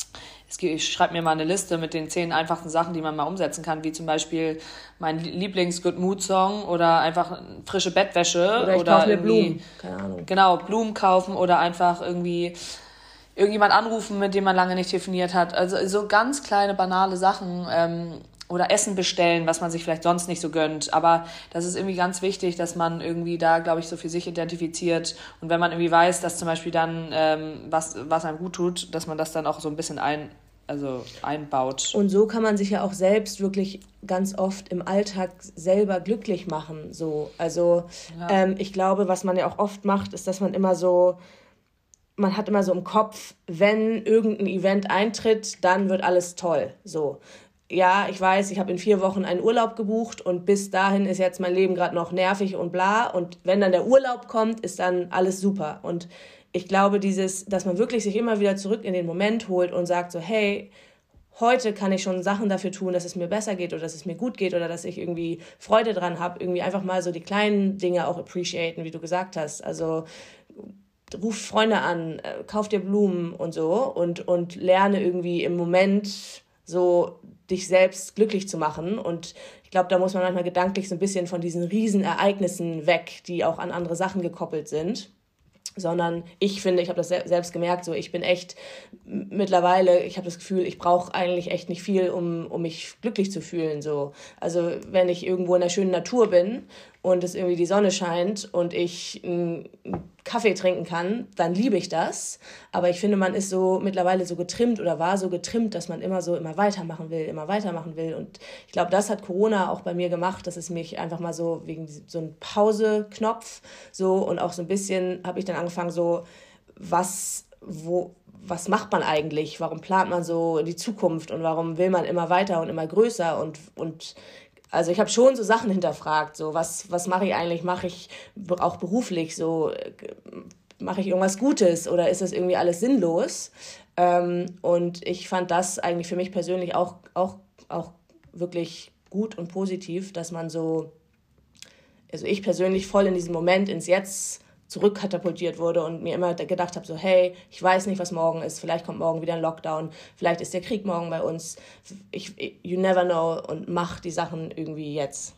ich schreibe mir mal eine Liste mit den zehn einfachsten Sachen, die man mal umsetzen kann, wie zum Beispiel mein Lieblings-Good-Mood-Song oder einfach frische Bettwäsche. Oder ich oder kaufe mir Blumen, keine Ahnung. Genau, Blumen kaufen oder einfach irgendwie irgendjemand anrufen, mit dem man lange nicht telefoniert hat. Also so ganz kleine, banale Sachen ähm, oder Essen bestellen, was man sich vielleicht sonst nicht so gönnt. Aber das ist irgendwie ganz wichtig, dass man irgendwie da, glaube ich, so für sich identifiziert. Und wenn man irgendwie weiß, dass zum Beispiel dann ähm, was, was einem gut tut, dass man das dann auch so ein bisschen ein also einbaut. Und so kann man sich ja auch selbst wirklich ganz oft im Alltag selber glücklich machen. So. Also ja. ähm, ich glaube, was man ja auch oft macht, ist, dass man immer so, man hat immer so im Kopf, wenn irgendein Event eintritt, dann wird alles toll. So. Ja, ich weiß, ich habe in vier Wochen einen Urlaub gebucht und bis dahin ist jetzt mein Leben gerade noch nervig und bla. Und wenn dann der Urlaub kommt, ist dann alles super. Und ich glaube, dieses, dass man wirklich sich immer wieder zurück in den Moment holt und sagt so, hey, heute kann ich schon Sachen dafür tun, dass es mir besser geht oder dass es mir gut geht oder dass ich irgendwie Freude dran habe. Irgendwie einfach mal so die kleinen Dinge auch appreciaten, wie du gesagt hast. Also ruf Freunde an, kauf dir Blumen und so und, und lerne irgendwie im Moment so dich selbst glücklich zu machen. Und ich glaube, da muss man manchmal gedanklich so ein bisschen von diesen Riesenereignissen weg, die auch an andere Sachen gekoppelt sind. sondern ich finde, ich habe das selbst gemerkt, so ich bin echt mittlerweile, ich habe das Gefühl, ich brauche eigentlich echt nicht viel, um, um mich glücklich zu fühlen. So. Also wenn ich irgendwo in der schönen Natur bin und es irgendwie die Sonne scheint und ich einen Kaffee trinken kann, dann liebe ich das. Aber ich finde, man ist so mittlerweile so getrimmt oder war so getrimmt, dass man immer so immer weitermachen will, immer weitermachen will. Und ich glaube, das hat Corona auch bei mir gemacht, dass es mich einfach mal so wegen so einem Pause-Knopf so und auch so ein bisschen habe ich dann angefangen so, was, wo, was macht man eigentlich? Warum plant man so die Zukunft und warum will man immer weiter und immer größer und, und also ich habe schon so Sachen hinterfragt, so was, was mache ich eigentlich, mache ich auch beruflich, so mache ich irgendwas Gutes oder ist das irgendwie alles sinnlos? Ähm, und ich fand das eigentlich für mich persönlich auch, auch, auch wirklich gut und positiv, dass man so, also ich persönlich voll in diesem Moment ins Jetzt zurückkatapultiert wurde und mir immer gedacht habe, so hey, ich weiß nicht, was morgen ist, vielleicht kommt morgen wieder ein Lockdown, vielleicht ist der Krieg morgen bei uns, ich, you never know und mach die Sachen irgendwie jetzt.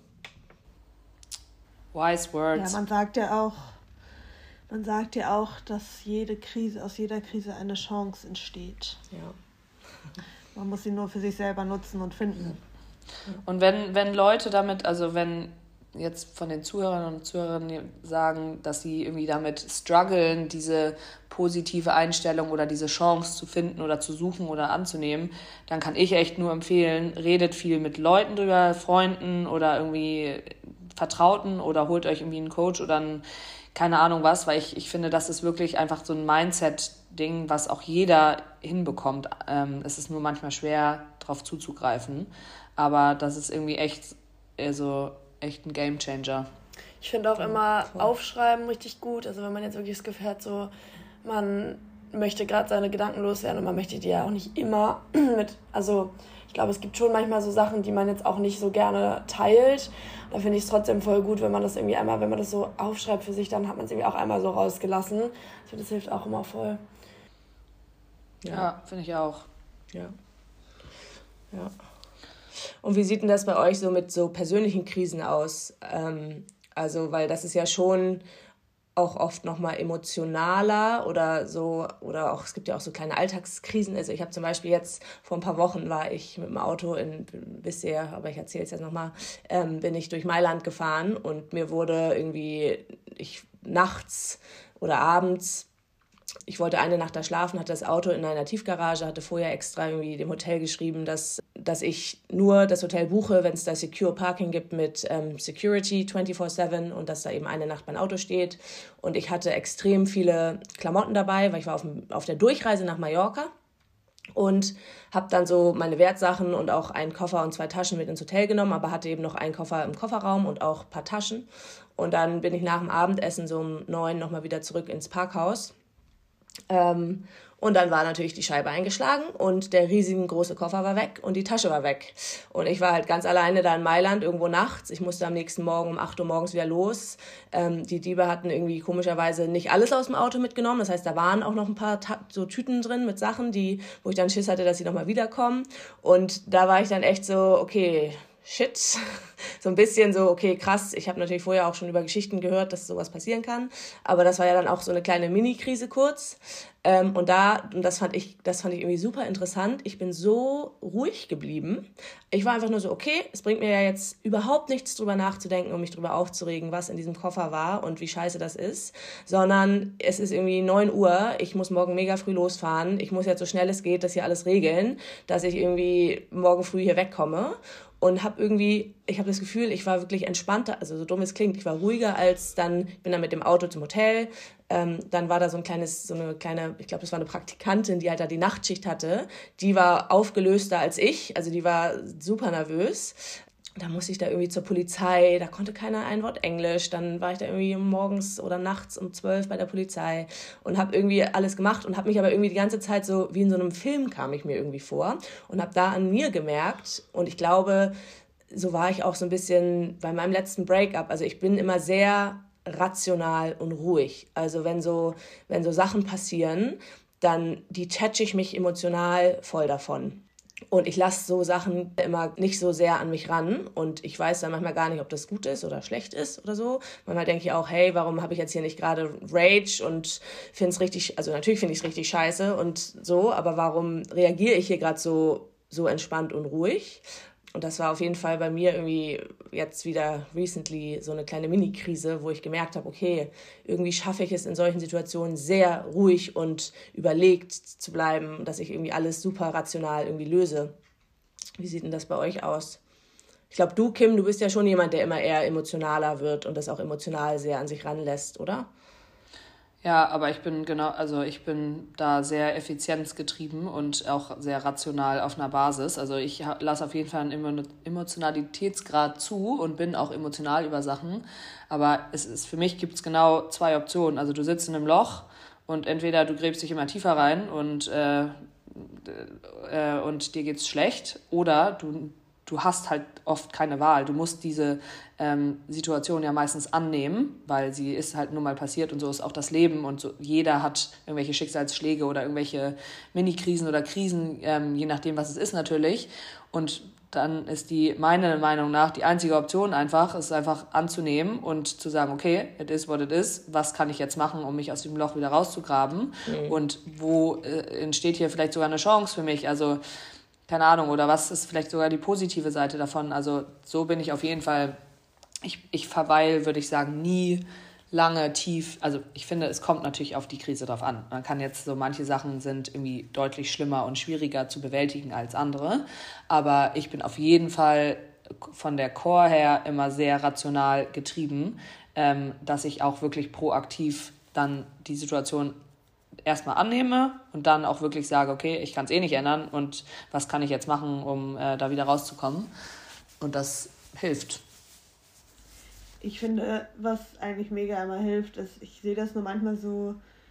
Wise words. Ja, man sagt ja auch, man sagt ja auch, dass jede Krise, aus jeder Krise eine Chance entsteht. Ja. Man muss sie nur für sich selber nutzen und finden. Und wenn, wenn Leute damit, also wenn jetzt von den Zuhörern und Zuhörerinnen sagen, dass sie irgendwie damit strugglen, diese positive Einstellung oder diese Chance zu finden oder zu suchen oder anzunehmen, dann kann ich echt nur empfehlen, redet viel mit Leuten drüber, Freunden oder irgendwie Vertrauten oder holt euch irgendwie einen Coach oder einen, keine Ahnung was, weil ich, ich finde, das ist wirklich einfach so ein Mindset-Ding, was auch jeder hinbekommt. Ähm, es ist nur manchmal schwer, drauf zuzugreifen, aber das ist irgendwie echt, also echt ein Gamechanger. Ich finde auch immer Aufschreiben richtig gut. Also wenn man jetzt wirklich das Gefühl hat, so man möchte gerade seine Gedanken loswerden und man möchte die ja auch nicht immer mit, also ich glaube, es gibt schon manchmal so Sachen, die man jetzt auch nicht so gerne teilt. Da finde ich es trotzdem voll gut, wenn man das irgendwie einmal, wenn man das so aufschreibt für sich, dann hat man es irgendwie auch einmal so rausgelassen. Ich finde, das hilft auch immer voll. Ja, ja, finde ich auch. Ja. Ja. Und wie sieht denn das bei euch so mit so persönlichen Krisen aus? Ähm, also, weil das ist ja schon auch oft nochmal emotionaler oder so, oder auch, es gibt ja auch so kleine Alltagskrisen. Also ich habe zum Beispiel jetzt, vor ein paar Wochen war ich mit dem Auto in, wisst ihr, aber ich erzähle es jetzt nochmal, ähm, bin ich durch Mailand gefahren und mir wurde irgendwie, ich nachts oder abends, ich wollte eine Nacht da schlafen, hatte das Auto in einer Tiefgarage, hatte vorher extra irgendwie dem Hotel geschrieben, dass, dass ich nur das Hotel buche, wenn es da Secure Parking gibt mit ähm, Security vierundzwanzig sieben und dass da eben eine Nacht mein Auto steht. Und ich hatte extrem viele Klamotten dabei, weil ich war auf, dem, auf der Durchreise nach Mallorca und habe dann so meine Wertsachen und auch einen Koffer und zwei Taschen mit ins Hotel genommen, aber hatte eben noch einen Koffer im Kofferraum und auch ein paar Taschen. Und dann bin ich nach dem Abendessen so um neun nochmal wieder zurück ins Parkhaus. Ähm, und dann war natürlich die Scheibe eingeschlagen und der riesengroße Koffer war weg und die Tasche war weg. Und ich war halt ganz alleine da in Mailand, irgendwo nachts. Ich musste am nächsten Morgen um acht Uhr morgens wieder los. Ähm, die Diebe hatten irgendwie komischerweise nicht alles aus dem Auto mitgenommen. Das heißt, da waren auch noch ein paar Ta- so Tüten drin mit Sachen, die, wo ich dann Schiss hatte, dass sie nochmal wiederkommen. Und da war ich dann echt so, okay, shit, so ein bisschen so, okay, krass, ich habe natürlich vorher auch schon über Geschichten gehört, dass sowas passieren kann, aber das war ja dann auch so eine kleine Mini-Krise kurz ähm, und da, und das fand ich, das fand ich irgendwie super interessant, ich bin so ruhig geblieben, ich war einfach nur so, okay, es bringt mir ja jetzt überhaupt nichts drüber nachzudenken und mich drüber aufzuregen, was in diesem Koffer war und wie scheiße das ist, sondern es ist irgendwie neun Uhr, ich muss morgen mega früh losfahren, ich muss jetzt so schnell es geht das hier alles regeln, dass ich irgendwie morgen früh hier wegkomme. Und habe irgendwie, ich habe das Gefühl, ich war wirklich entspannter, also so dumm es klingt, ich war ruhiger als dann, ich bin dann mit dem Auto zum Hotel, ähm, dann war da so ein kleines, so eine kleine, ich glaube, das war eine Praktikantin, die halt da die Nachtschicht hatte, die war aufgelöster als ich, also die war super nervös. Da musste ich da irgendwie zur Polizei, da konnte keiner ein Wort Englisch, dann war ich da irgendwie morgens oder nachts um zwölf bei der Polizei und habe irgendwie alles gemacht und habe mich aber irgendwie die ganze Zeit so, wie in so einem Film kam ich mir irgendwie vor und habe da an mir gemerkt und ich glaube, so war ich auch so ein bisschen bei meinem letzten Breakup, also ich bin immer sehr rational und ruhig, also wenn so, wenn so Sachen passieren, dann detach ich mich emotional voll davon. Und ich lasse so Sachen immer nicht so sehr an mich ran. Und ich weiß dann manchmal gar nicht, ob das gut ist oder schlecht ist oder so. Manchmal denke ich auch, hey, warum habe ich jetzt hier nicht gerade Rage und finde es richtig, also natürlich finde ich es richtig scheiße und so, aber warum reagiere ich hier gerade so, so entspannt und ruhig? Und das war auf jeden Fall bei mir irgendwie jetzt wieder recently so eine kleine Mini-Krise, wo ich gemerkt habe, okay, irgendwie schaffe ich es in solchen Situationen sehr ruhig und überlegt zu bleiben, dass ich irgendwie alles super rational irgendwie löse. Wie sieht denn das bei euch aus? Ich glaube, du, Kim, du bist ja schon jemand, der immer eher emotionaler wird und das auch emotional sehr an sich ranlässt, oder? Ja, aber ich bin genau, also ich bin da sehr effizienzgetrieben und auch sehr rational auf einer Basis. Also ich ha- lasse auf jeden Fall einen Emo- Emotionalitätsgrad zu und bin auch emotional über Sachen. Aber es ist, für mich gibt es genau zwei Optionen. Also du sitzt in einem Loch und entweder du gräbst dich immer tiefer rein und, äh, äh, und dir geht's schlecht, oder du du hast halt oft keine Wahl. Du musst diese ähm, Situation ja meistens annehmen, weil sie ist halt nun mal passiert und so ist auch das Leben und so. Jeder hat irgendwelche Schicksalsschläge oder irgendwelche Mini-Krisen oder Krisen, ähm, je nachdem, was es ist natürlich. Und dann ist die, meiner Meinung nach, die einzige Option einfach, ist einfach anzunehmen und zu sagen, okay, it is what it is, was kann ich jetzt machen, um mich aus dem Loch wieder rauszugraben? Mhm. Und wo äh, entsteht hier vielleicht sogar eine Chance für mich? Also keine Ahnung, oder was ist vielleicht sogar die positive Seite davon? Also so bin ich auf jeden Fall, ich, ich verweile, würde ich sagen, nie lange tief. Also ich finde, es kommt natürlich auf die Krise drauf an. Man kann jetzt so, manche Sachen sind irgendwie deutlich schlimmer und schwieriger zu bewältigen als andere. Aber ich bin auf jeden Fall von der Core her immer sehr rational getrieben, ähm, dass ich auch wirklich proaktiv dann die Situation erstmal annehme und dann auch wirklich sage, okay, ich kann es eh nicht ändern und was kann ich jetzt machen, um äh, da wieder rauszukommen? Und das hilft. Ich finde, was eigentlich mega immer hilft, ist, ich sehe das nur manchmal so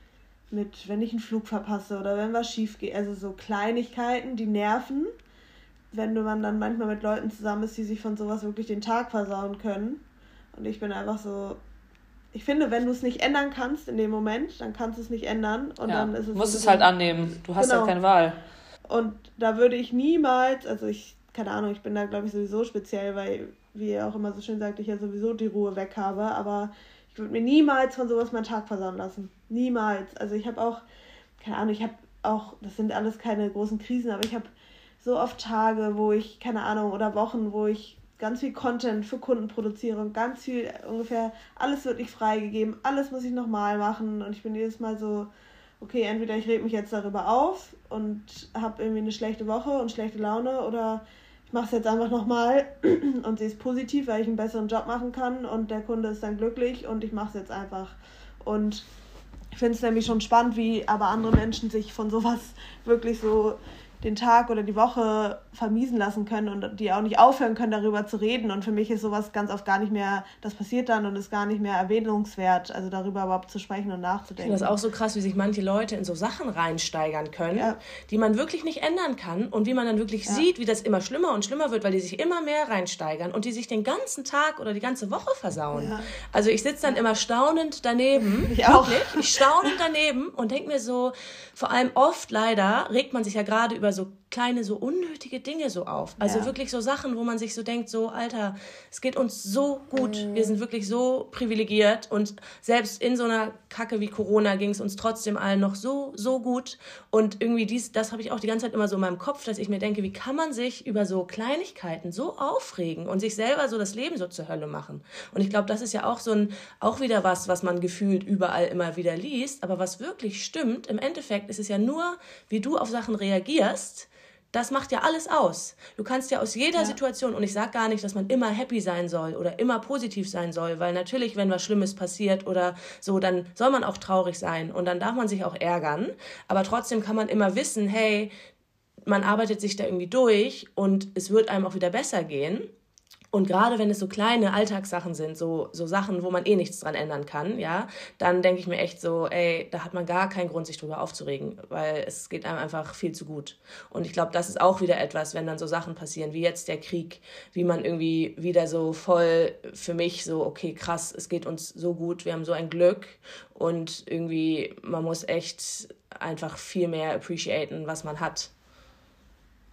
mit, wenn ich einen Flug verpasse oder wenn was schief geht, also so Kleinigkeiten, die nerven, wenn man dann manchmal mit Leuten zusammen ist, die sich von sowas wirklich den Tag versauen können. Und ich bin einfach so, ich finde, wenn du es nicht ändern kannst in dem Moment, dann kannst du es nicht ändern. Und ja, dann ist es. Du musst es halt annehmen. Du hast genau. halt keine Wahl. Und da würde ich niemals, also ich, keine Ahnung, ich bin da glaube ich sowieso speziell, weil, wie ihr auch immer so schön sagt, ich ja sowieso die Ruhe weg habe, aber ich würde mir niemals von sowas meinen Tag versauen lassen. Niemals. Also ich habe auch, keine Ahnung, ich habe auch, das sind alles keine großen Krisen, aber ich habe so oft Tage, wo ich, keine Ahnung, oder Wochen, wo ich ganz viel Content für Kunden produziere und ganz viel, ungefähr alles wird nicht freigegeben, alles muss ich nochmal machen und ich bin jedes Mal so, okay, entweder ich reg mich jetzt darüber auf und habe irgendwie eine schlechte Woche und schlechte Laune oder ich mache es jetzt einfach nochmal und sehe es positiv, weil ich einen besseren Job machen kann und der Kunde ist dann glücklich und ich mache es jetzt einfach. Und ich finde es nämlich schon spannend, wie aber andere Menschen sich von sowas wirklich so den Tag oder die Woche vermiesen lassen können und die auch nicht aufhören können, darüber zu reden. Und für mich ist sowas ganz oft gar nicht mehr, das passiert dann und ist gar nicht mehr erwähnungswert, also darüber überhaupt zu sprechen und nachzudenken. Ich finde das auch so krass, wie sich manche Leute in so Sachen reinsteigern können, ja. die man wirklich nicht ändern kann und wie man dann wirklich ja. sieht, wie das immer schlimmer und schlimmer wird, weil die sich immer mehr reinsteigern und die sich den ganzen Tag oder die ganze Woche versauen. Ja. Also ich sitze dann immer staunend daneben, ich auch nicht, ich staunend daneben und denke mir so, vor allem oft leider regt man sich ja gerade über so kleine, so unnötige Dinge so auf. Also ja. wirklich so Sachen, wo man sich so denkt, so, Alter, es geht uns so gut. Mhm. Wir sind wirklich so privilegiert und selbst in so einer Kacke wie Corona ging es uns trotzdem allen noch so, so gut. Und irgendwie dies, das habe ich auch die ganze Zeit immer so in meinem Kopf, dass ich mir denke, wie kann man sich über so Kleinigkeiten so aufregen und sich selber so das Leben so zur Hölle machen? Und ich glaube, das ist ja auch so ein, auch wieder was, was man gefühlt überall immer wieder liest, aber was wirklich stimmt, im Endeffekt ist es ja nur, wie du auf Sachen reagierst. Das macht ja alles aus. Du kannst ja aus jeder ja. Situation, und ich sage gar nicht, dass man immer happy sein soll oder immer positiv sein soll, weil natürlich, wenn was Schlimmes passiert oder so, dann soll man auch traurig sein und dann darf man sich auch ärgern, aber trotzdem kann man immer wissen, hey, man arbeitet sich da irgendwie durch und es wird einem auch wieder besser gehen. Und gerade wenn es so kleine Alltagssachen sind, so, so Sachen, wo man eh nichts dran ändern kann, ja, dann denke ich mir echt so, ey, da hat man gar keinen Grund, sich drüber aufzuregen, weil es geht einem einfach viel zu gut. Und ich glaube, das ist auch wieder etwas, wenn dann so Sachen passieren, wie jetzt der Krieg, wie man irgendwie wieder so voll für mich so, okay, krass, es geht uns so gut, wir haben so ein Glück und irgendwie, man muss echt einfach viel mehr appreciaten, was man hat.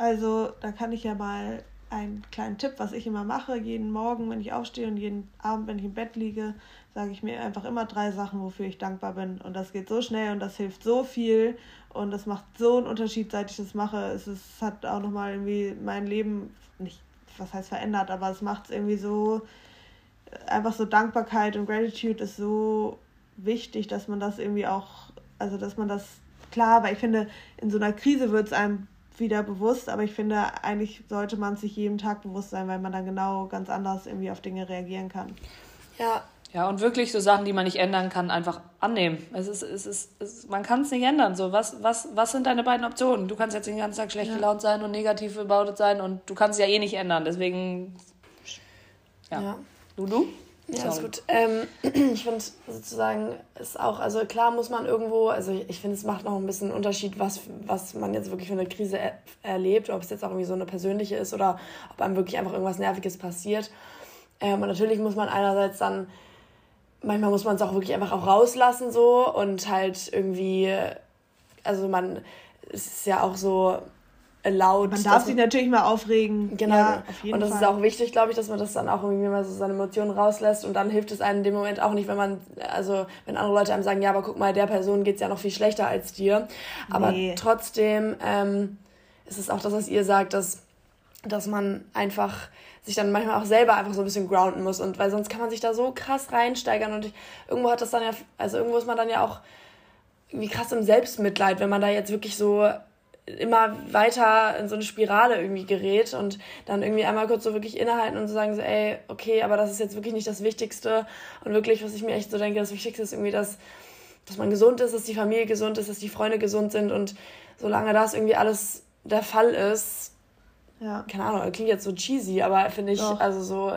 Also da kann ich ja mal einen kleinen Tipp, was ich immer mache, jeden Morgen, wenn ich aufstehe und jeden Abend, wenn ich im Bett liege, sage ich mir einfach immer drei Sachen, wofür ich dankbar bin. Und das geht so schnell und das hilft so viel und das macht so einen Unterschied, seit ich das mache. Es ist, hat auch nochmal irgendwie mein Leben, nicht, was heißt verändert, aber es macht es irgendwie so, einfach so Dankbarkeit und Gratitude ist so wichtig, dass man das irgendwie auch, also dass man das, klar, weil ich finde, in so einer Krise wird es einem wieder bewusst, aber ich finde, eigentlich sollte man sich jeden Tag bewusst sein, weil man dann genau ganz anders irgendwie auf Dinge reagieren kann. Ja. Ja, und wirklich so Sachen, die man nicht ändern kann, einfach annehmen. Es ist, es ist, es ist, man kann es nicht ändern. So, was, was, was sind deine beiden Optionen? Du kannst jetzt den ganzen Tag schlecht Ja. gelaunt sein und negativ gebautet sein und du kannst es ja eh nicht ändern. Deswegen, ja. Ja. Lulu? Ja, ist gut. Ähm, ich finde sozusagen, ist auch, also klar muss man irgendwo, also ich finde, es macht noch ein bisschen einen Unterschied, was, was man jetzt wirklich für eine Krise er, erlebt, ob es jetzt auch irgendwie so eine persönliche ist oder ob einem wirklich einfach irgendwas Nerviges passiert. Ähm, und natürlich muss man einerseits dann, manchmal muss man es auch wirklich einfach auch rauslassen so und halt irgendwie, also man, es ist ja auch so laut. Man darf sich natürlich mal aufregen. Genau. Ja, auf jeden und das Fall. ist auch wichtig, glaube ich, dass man das dann auch irgendwie mal so seine Emotionen rauslässt und dann hilft es einem in dem Moment auch nicht, wenn man, also wenn andere Leute einem sagen, ja, aber guck mal, der Person geht's ja noch viel schlechter als dir. Aber Nee. trotzdem ähm, ist es auch das, was ihr sagt, dass, dass man einfach sich dann manchmal auch selber einfach so ein bisschen grounden muss und weil sonst kann man sich da so krass reinsteigern und ich, irgendwo hat das dann ja, also irgendwo ist man dann ja auch irgendwie krass im Selbstmitleid, wenn man da jetzt wirklich so immer weiter in so eine Spirale irgendwie gerät und dann irgendwie einmal kurz so wirklich innehalten und so sagen so, ey, okay, aber das ist jetzt wirklich nicht das Wichtigste und wirklich, was ich mir echt so denke, das Wichtigste ist irgendwie, dass, dass man gesund ist, dass die Familie gesund ist, dass die Freunde gesund sind und solange das irgendwie alles der Fall ist, ja. keine Ahnung, das klingt jetzt so cheesy, aber finde ich, Doch. also so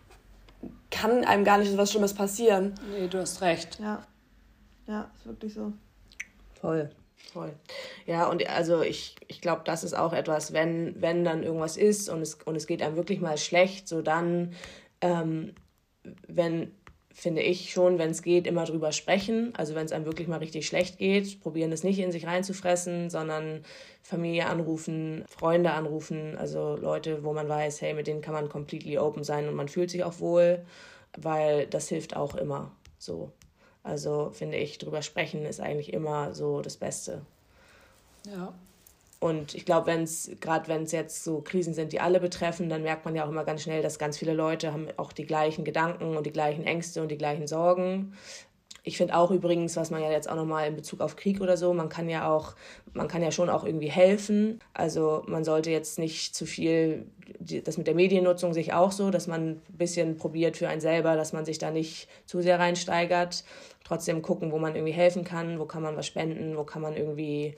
kann einem gar nicht so was Schlimmes passieren. Nee, du hast recht. Ja, ja, ist wirklich so. Voll. Voll. Ja, und also ich, ich glaube, das ist auch etwas, wenn, wenn dann irgendwas ist und es, und es geht einem wirklich mal schlecht, so dann, ähm, wenn, finde ich schon, wenn es geht, immer drüber sprechen. Also wenn es einem wirklich mal richtig schlecht geht, probieren es nicht in sich reinzufressen, sondern Familie anrufen, Freunde anrufen, also Leute, wo man weiß, hey, mit denen kann man completely open sein und man fühlt sich auch wohl, weil das hilft auch immer so. Also finde ich, drüber sprechen ist eigentlich immer so das Beste. Ja. Und ich glaube, wenn es, gerade wenn es jetzt so Krisen sind, die alle betreffen, dann merkt man ja auch immer ganz schnell, dass ganz viele Leute haben auch die gleichen Gedanken und die gleichen Ängste und die gleichen Sorgen. Ich finde auch übrigens, was man ja jetzt auch nochmal in Bezug auf Krieg oder so, man kann ja auch, man kann ja schon auch irgendwie helfen. Also man sollte jetzt nicht zu viel, das mit der Mediennutzung sich auch so, dass man ein bisschen probiert für einen selber, dass man sich da nicht zu sehr reinsteigert. Trotzdem gucken, wo man irgendwie helfen kann, wo kann man was spenden, wo kann man irgendwie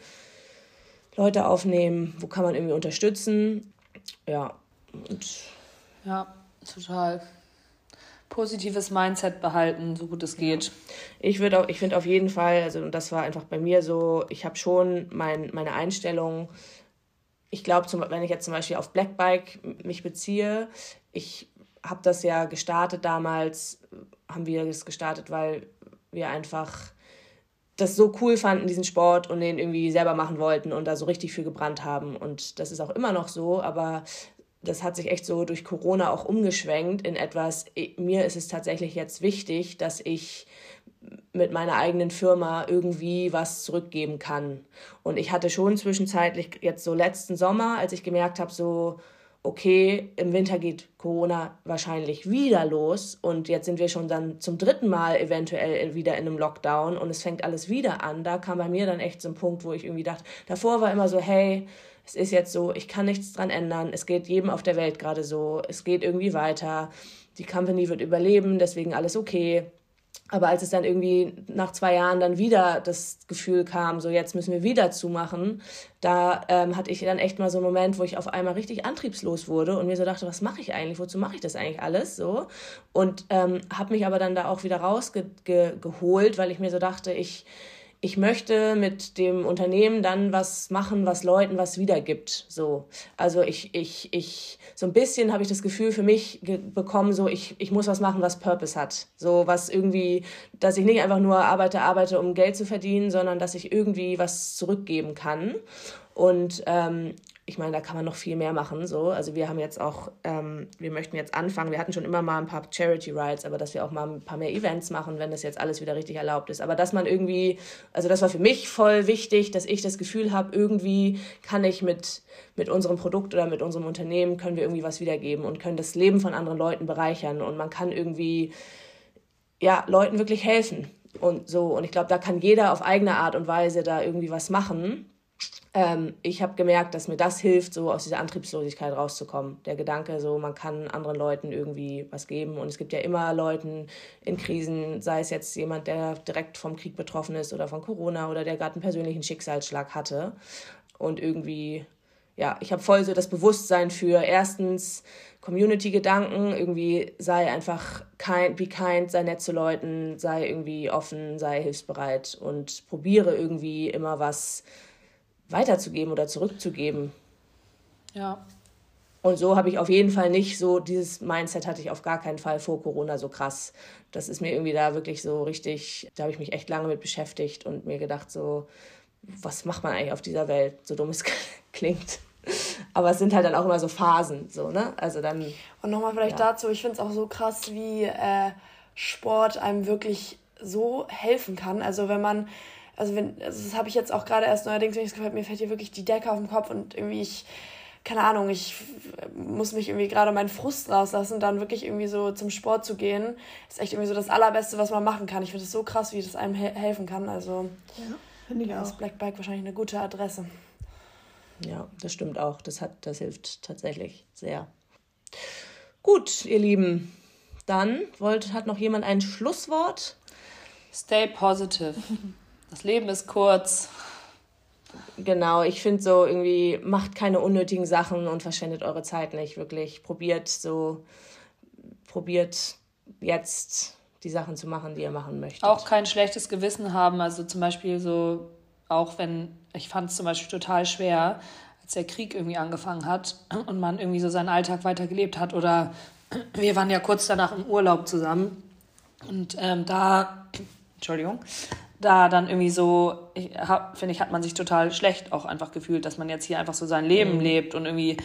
Leute aufnehmen, wo kann man irgendwie unterstützen. Ja, und Ja, total. Positives Mindset behalten, so gut es geht. Ich würde auch, ich finde auf jeden Fall, also und das war einfach bei mir so, ich habe schon mein, meine Einstellung, ich glaube, wenn ich jetzt zum Beispiel auf Blackbike mich beziehe, ich habe das ja gestartet damals, haben wir das gestartet, weil wir einfach das so cool fanden, diesen Sport, und den irgendwie selber machen wollten und da so richtig für gebrannt haben. Und das ist auch immer noch so, aber das hat sich echt so durch Corona auch umgeschwenkt in etwas, mir ist es tatsächlich jetzt wichtig, dass ich mit meiner eigenen Firma irgendwie was zurückgeben kann. Und ich hatte schon zwischenzeitlich jetzt so letzten Sommer, als ich gemerkt habe, so okay, im Winter geht Corona wahrscheinlich wieder los und jetzt sind wir schon dann zum dritten Mal eventuell wieder in einem Lockdown und es fängt alles wieder an. Da kam bei mir dann echt so ein Punkt, wo ich irgendwie dachte, davor war immer so, hey, es ist jetzt so, ich kann nichts dran ändern, es geht jedem auf der Welt gerade so, es geht irgendwie weiter, die Company wird überleben, deswegen alles okay. Aber als es dann irgendwie nach zwei Jahren dann wieder das Gefühl kam, so jetzt müssen wir wieder zumachen, da ähm, hatte ich dann echt mal so einen Moment, wo ich auf einmal richtig antriebslos wurde und mir so dachte, was mache ich eigentlich, wozu mache ich das eigentlich alles so? Und ähm, habe mich aber dann da auch wieder rausgeholt, weil ich mir so dachte, ich ich möchte mit dem Unternehmen dann was machen, was Leuten was wiedergibt. So. Also ich, ich, ich, so ein bisschen habe ich das Gefühl für mich ge- bekommen, so ich, ich muss was machen, was Purpose hat. So was irgendwie, dass ich nicht einfach nur arbeite, arbeite, um Geld zu verdienen, sondern dass ich irgendwie was zurückgeben kann. Und ähm, ich meine, da kann man noch viel mehr machen. So. Also wir haben jetzt auch, ähm, wir möchten jetzt anfangen, wir hatten schon immer mal ein paar Charity Rides, aber dass wir auch mal ein paar mehr Events machen, wenn das jetzt alles wieder richtig erlaubt ist. Aber dass man irgendwie, also das war für mich voll wichtig, dass ich das Gefühl habe, irgendwie kann ich mit, mit unserem Produkt oder mit unserem Unternehmen, können wir irgendwie was wiedergeben und können das Leben von anderen Leuten bereichern und man kann irgendwie, ja, Leuten wirklich helfen und so. Und ich glaube, da kann jeder auf eigene Art und Weise da irgendwie was machen. Ähm, ich habe gemerkt, dass mir das hilft, so aus dieser Antriebslosigkeit rauszukommen. Der Gedanke, so man kann anderen Leuten irgendwie was geben. Und es gibt ja immer Leuten in Krisen, sei es jetzt jemand, der direkt vom Krieg betroffen ist oder von Corona oder der gerade einen persönlichen Schicksalsschlag hatte. Und irgendwie, ja, ich habe voll so das Bewusstsein für erstens Community-Gedanken, irgendwie sei einfach kind, be kind, sei nett zu Leuten, sei irgendwie offen, sei hilfsbereit und probiere irgendwie immer was weiterzugeben oder zurückzugeben. Ja. Und so habe ich auf jeden Fall nicht so, dieses Mindset hatte ich auf gar keinen Fall vor Corona so krass. Das ist mir irgendwie da wirklich so richtig, da habe ich mich echt lange mit beschäftigt und mir gedacht so, was macht man eigentlich auf dieser Welt, so dumm es klingt. Aber es sind halt dann auch immer so Phasen, so, ne? Also dann... Und nochmal vielleicht ja. dazu, ich finde es auch so krass, wie äh, Sport einem wirklich so helfen kann. Also wenn man... Also, wenn, also das habe ich jetzt auch gerade erst neuerdings, wenn ich das Gefühl habe, mir fällt hier wirklich die Decke auf den Kopf und irgendwie ich, keine Ahnung, ich muss mich irgendwie gerade meinen Frust rauslassen, dann wirklich irgendwie so zum Sport zu gehen, ist echt irgendwie so das Allerbeste, was man machen kann. Ich finde es so krass, wie das einem he- helfen kann. Also, ja, finde ich auch. Ist Black Bike wahrscheinlich eine gute Adresse. Ja, das stimmt auch. Das hat, das hilft tatsächlich sehr. Gut, ihr Lieben, dann wollt, hat noch jemand ein Schlusswort? Stay positive. Das Leben ist kurz. Genau, ich finde so irgendwie, macht keine unnötigen Sachen und verschwendet eure Zeit nicht, wirklich. Probiert so, probiert jetzt die Sachen zu machen, die ihr machen möchtet. Auch kein schlechtes Gewissen haben, also zum Beispiel so, auch wenn, ich fand es zum Beispiel total schwer, als der Krieg irgendwie angefangen hat und man irgendwie so seinen Alltag weitergelebt hat oder wir waren ja kurz danach im Urlaub zusammen und ähm, da, Entschuldigung, da dann irgendwie so, ich hab, finde ich, hat man sich total schlecht auch einfach gefühlt, dass man jetzt hier einfach so sein Leben mhm. lebt und irgendwie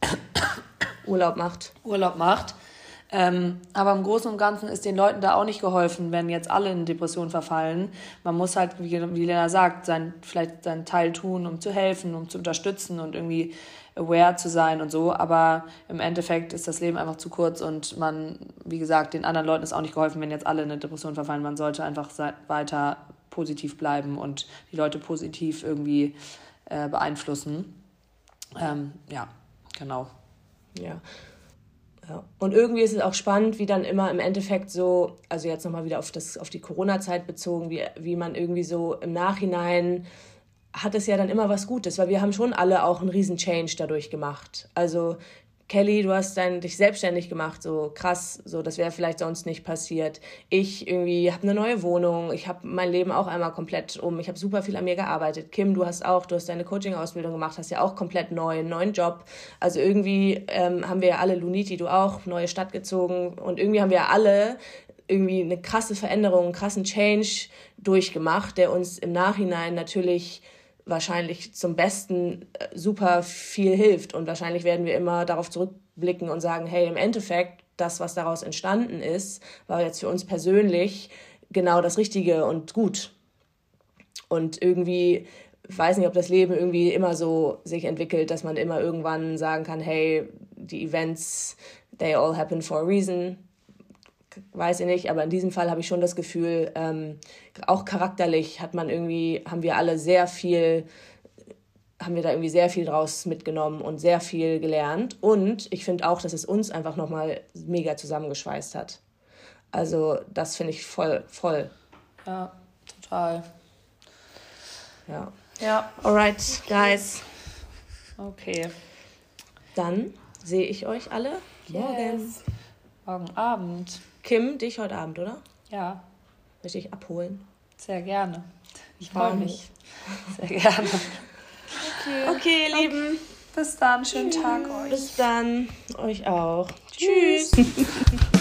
Urlaub macht. Urlaub macht. Ähm, aber im Großen und Ganzen ist den Leuten da auch nicht geholfen, wenn jetzt alle in Depression verfallen. Man muss halt, wie, wie Lena sagt, sein, vielleicht seinen Teil tun, um zu helfen, um zu unterstützen und irgendwie aware zu sein und so. Aber im Endeffekt ist das Leben einfach zu kurz und man, wie gesagt, den anderen Leuten ist auch nicht geholfen, wenn jetzt alle in eine Depression verfallen. Man sollte einfach weiter positiv bleiben und die Leute positiv irgendwie äh, beeinflussen. Ähm, ja, genau. Ja. Ja. Und irgendwie ist es auch spannend, wie dann immer im Endeffekt so, also jetzt nochmal wieder auf, das, auf die Corona-Zeit bezogen, wie, wie man irgendwie so im Nachhinein hat es ja dann immer was Gutes, weil wir haben schon alle auch einen riesen Change dadurch gemacht. Also Kelly, du hast dann dich selbstständig gemacht, so krass, so das wäre vielleicht sonst nicht passiert. Ich irgendwie habe eine neue Wohnung, ich habe mein Leben auch einmal komplett um, ich habe super viel an mir gearbeitet. Kim, du hast auch, du hast deine Coaching-Ausbildung gemacht, hast ja auch komplett neu, einen neuen Job. Also irgendwie ähm, haben wir ja alle, Luniti, du auch, neue Stadt gezogen und irgendwie haben wir ja alle irgendwie eine krasse Veränderung, einen krassen Change durchgemacht, der uns im Nachhinein natürlich wahrscheinlich zum Besten super viel hilft. Und wahrscheinlich werden wir immer darauf zurückblicken und sagen, hey, im Endeffekt, das, was daraus entstanden ist, war jetzt für uns persönlich genau das Richtige und gut. Und irgendwie, ich weiß nicht, ob das Leben irgendwie immer so sich entwickelt, dass man immer irgendwann sagen kann, hey, die Events, they all happen for a reason. Weiß ich nicht, aber in diesem Fall habe ich schon das Gefühl, ähm, auch charakterlich hat man irgendwie, haben wir alle sehr viel, haben wir da irgendwie sehr viel draus mitgenommen und sehr viel gelernt. Und ich finde auch, dass es uns einfach nochmal mega zusammengeschweißt hat. Also das finde ich voll, voll. Ja, total. Ja. Ja. Alright, guys. Okay. Dann sehe ich euch alle morgen. Yes. Morgen Abend. Kim, dich heute Abend, oder? Ja. Möchte ich abholen? Sehr gerne. Ich Freue freue mich. mich. Sehr gerne. Okay, okay, ihr Lieben. Bis dann. Schönen Tag euch. Bis dann. Euch auch. Tschüss. Tschüss.